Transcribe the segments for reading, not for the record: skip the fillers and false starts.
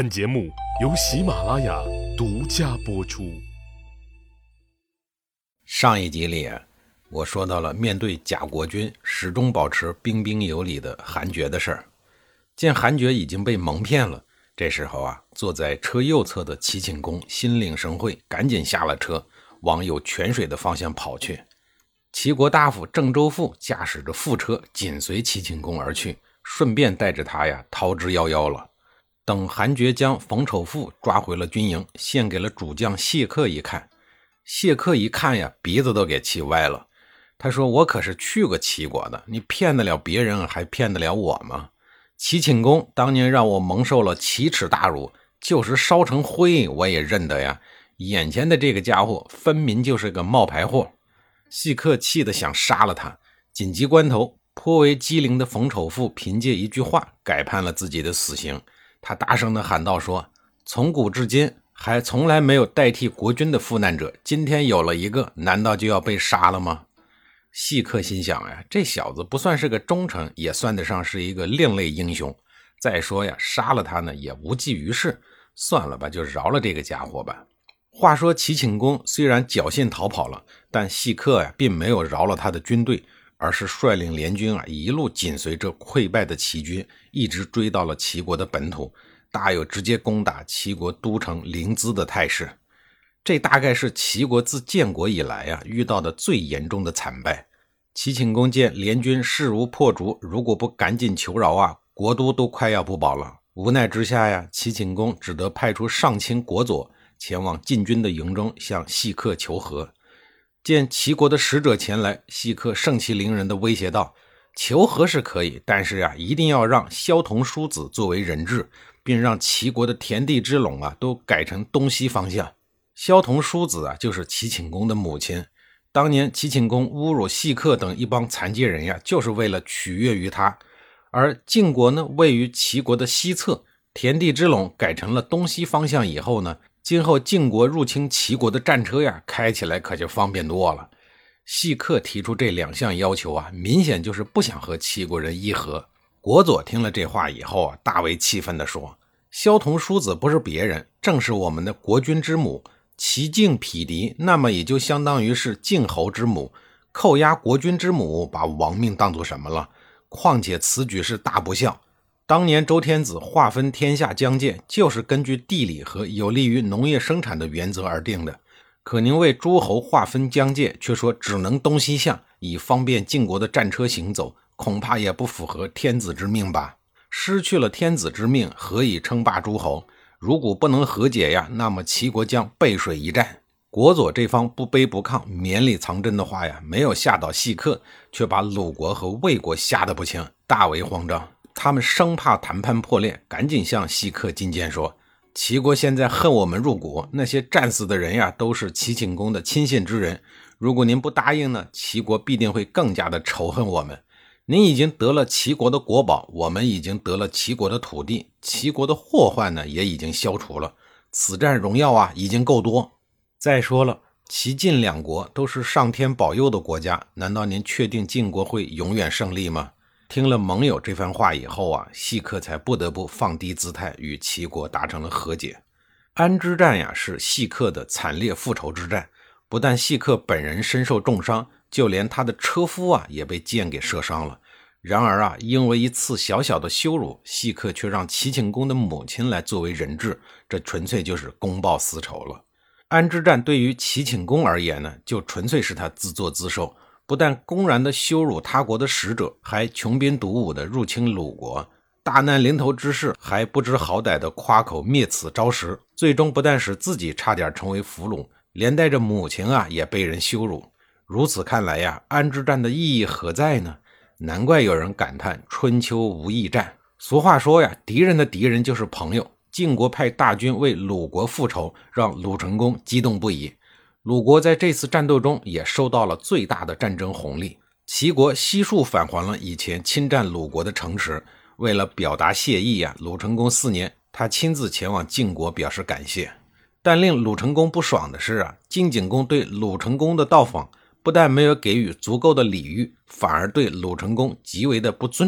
本节目由喜马拉雅独家播出。 上一集里我说到了面对假国君始终保持彬彬有礼的韩厥的事儿。见韩厥已经被蒙骗了，这时候坐在车右侧的齐顷公心领神会，赶紧下了车，往有泉水的方向跑去。齐国大夫郑州父驾驶着副车紧随齐顷公而去，顺便带着他逃之夭夭了。等韩厥将冯丑父抓回了军营，献给了主将谢克一看，谢克一看鼻子都给气歪了。他说，我可是去过齐国的，你骗得了别人还骗得了我吗？齐顷公当年让我蒙受了奇耻大辱，就是烧成灰我也认得呀，眼前的这个家伙分明就是个冒牌货。谢克气得想杀了他，紧急关头，颇为机灵的冯丑父凭借一句话改判了自己的死刑。他大声地喊道说，从古至今还从来没有代替国君的赴难者，今天有了一个，难道就要被杀了吗？谢克心想这小子不算是个忠臣，也算得上是一个另类英雄。再说杀了他呢也无济于事，算了吧，就饶了这个家伙吧。话说齐顷公虽然侥幸逃跑了，但谢克并没有饶了他的军队，而是率领联军一路紧随着溃败的齐军，一直追到了齐国的本土，大有直接攻打齐国都城临淄的态势。这大概是齐国自建国以来遇到的最严重的惨败。齐顷公见联军势如破竹，如果不赶紧求饶国都都快要不保了。无奈之下齐顷公只得派出上卿国佐前往晋军的营中向谢克求和。见齐国的使者前来，谢克盛气凌人地威胁道，求和是可以，但是一定要让萧同叔子作为人质，并让齐国的田地之垄都改成东西方向。萧同叔子就是齐顷公的母亲。当年齐顷公侮辱谢克等一帮残疾人就是为了取悦于他。而晋国呢，位于齐国的西侧，田地之垄改成了东西方向以后呢，今后晋国入侵齐国的战车开起来可就方便多了。谢克提出这两项要求明显就是不想和齐国人议和。国佐听了这话以后大为气愤地说，萧同叔子不是别人，正是我们的国君之母，齐晋匹敌，那么也就相当于是晋侯之母，扣押国君之母，把亡命当作什么了？况且此举是大不孝。当年周天子划分天下疆界，就是根据地理和有利于农业生产的原则而定的。可您为诸侯划分疆界，却说只能东西向，以方便晋国的战车行走，恐怕也不符合天子之命吧。失去了天子之命，何以称霸诸侯？如果不能和解那么齐国将背水一战。国佐这方不卑不亢、绵里藏针的话没有吓倒谢克，却把鲁国和魏国吓得不轻，大为慌张。他们生怕谈判破裂，赶紧向谢克进谏说，齐国现在恨我们入骨，那些战死的人都是齐顷公的亲信之人，如果您不答应呢，齐国必定会更加的仇恨我们。您已经得了齐国的国宝，我们已经得了齐国的土地，齐国的祸患呢也已经消除了，此战荣耀已经够多。再说了，齐晋两国都是上天保佑的国家，难道您确定晋国会永远胜利吗？听了盟友这番话以后谢克才不得不放低姿态，与齐国达成了和解。安之战是谢克的惨烈复仇之战，不但谢克本人身受重伤，就连他的车夫也被箭给射伤了。然而因为一次小小的羞辱，谢克却让齐顷公的母亲来作为人质，这纯粹就是公报私仇了。安之战对于齐顷公而言呢，就纯粹是他自作自受，不但公然的羞辱他国的使者，还穷兵黩武的入侵鲁国，大难临头之势还不知好歹的夸口灭此招食，最终不但使自己差点成为俘虏，连带着母亲也被人羞辱。如此看来安之战的意义何在呢？难怪有人感叹春秋无义战。俗话说敌人的敌人就是朋友。晋国派大军为鲁国复仇，让鲁成公激动不已。鲁国在这次战斗中也收到了最大的战争红利。齐国悉数返还了以前侵占鲁国的城池。为了表达谢意鲁成公4年，他亲自前往晋国表示感谢。但令鲁成公不爽的是晋景公对鲁成公的到访不但没有给予足够的礼遇，反而对鲁成公极为的不尊重。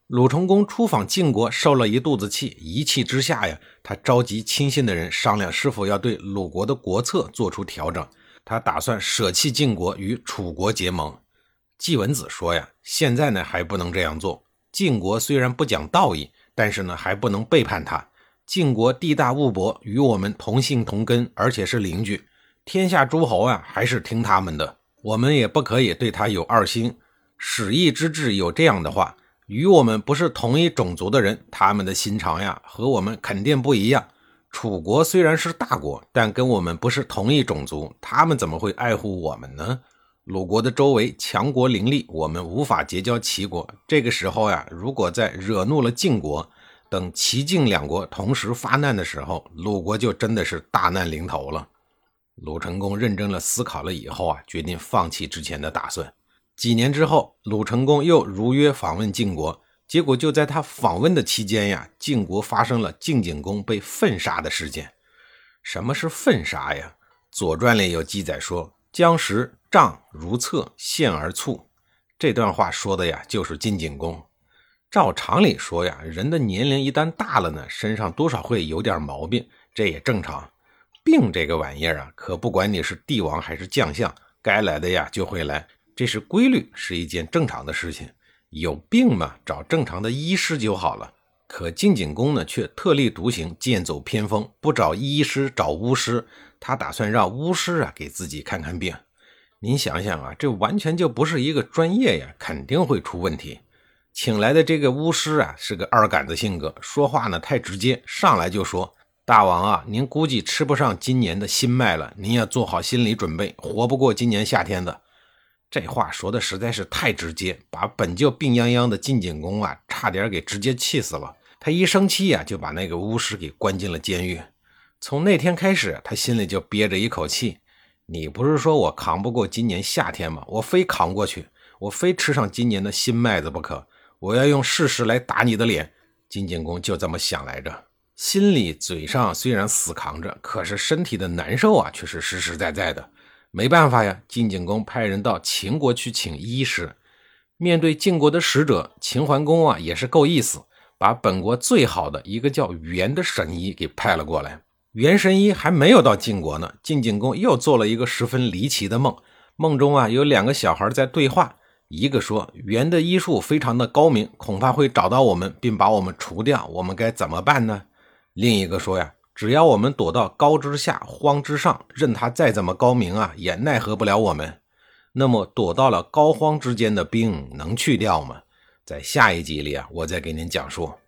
鲁成功出访晋国，受了一肚子气，一气之下呀，他召集亲信的人商量是否要对鲁国的国策做出调整。他打算舍弃晋国与楚国结盟。季文子说呀，现在呢还不能这样做。晋国虽然不讲道义，但是呢还不能背叛他。晋国地大物博，与我们同姓同根，而且是邻居，天下诸侯啊还是听他们的，我们也不可以对他有二心。始义之治有这样的话，与我们不是同一种族的人，他们的心肠呀和我们肯定不一样。楚国虽然是大国，但跟我们不是同一种族，他们怎么会爱护我们呢？鲁国的周围强国林立，我们无法结交齐国。这个时候呀，如果再惹怒了晋国，等齐晋两国同时发难的时候，鲁国就真的是大难临头了。鲁成功认真了思考了以后啊，决定放弃之前的打算。几年之后，鲁成功又如约访问晋国，结果就在他访问的期间呀，晋国发生了晋景公被奋杀的事件。什么是奋杀呀？左传里有记载说，将食杖如厕，陷而卒。这段话说的呀，就是晋景公。照常理说呀，人的年龄一旦大了呢，身上多少会有点毛病，这也正常。病这个玩意儿啊，可不管你是帝王还是将相，该来的呀就会来，这是规律，是一件正常的事情。有病嘛，找正常的医师就好了。可晋景公呢，却特立独行，剑走偏锋，不找医师，找巫师。他打算让巫师啊给自己看看病。您想想啊，这完全就不是一个专业呀，肯定会出问题。请来的这个巫师啊，是个二杆子性格，说话呢太直接，上来就说，大王啊，您估计吃不上今年的新麦了，您要做好心理准备，活不过今年夏天的。这话说的实在是太直接，把本就病殃殃的晋景公啊，差点给直接气死了。他一生气啊，就把那个巫师给关进了监狱。从那天开始，他心里就憋着一口气，你不是说我扛不过今年夏天吗？我非扛过去，我非吃上今年的新麦子不可，我要用事实来打你的脸。晋景公就这么想来着，心里嘴上虽然死扛着，可是身体的难受啊却是实实在在的。没办法呀，晋景公派人到秦国去请医师。面对晋国的使者，秦桓公啊也是够意思，把本国最好的一个叫袁的神医给派了过来。袁神医还没有到晋国呢，晋景公又做了一个十分离奇的梦。梦中啊有两个小孩在对话，一个说袁的医术非常的高明，恐怕会找到我们并把我们除掉，我们该怎么办呢？另一个说呀，只要我们躲到高之下荒之上，任他再怎么高明啊，也奈何不了我们。那么躲到了高荒之间的冰能去掉吗？在下一集里啊，我再给您讲述。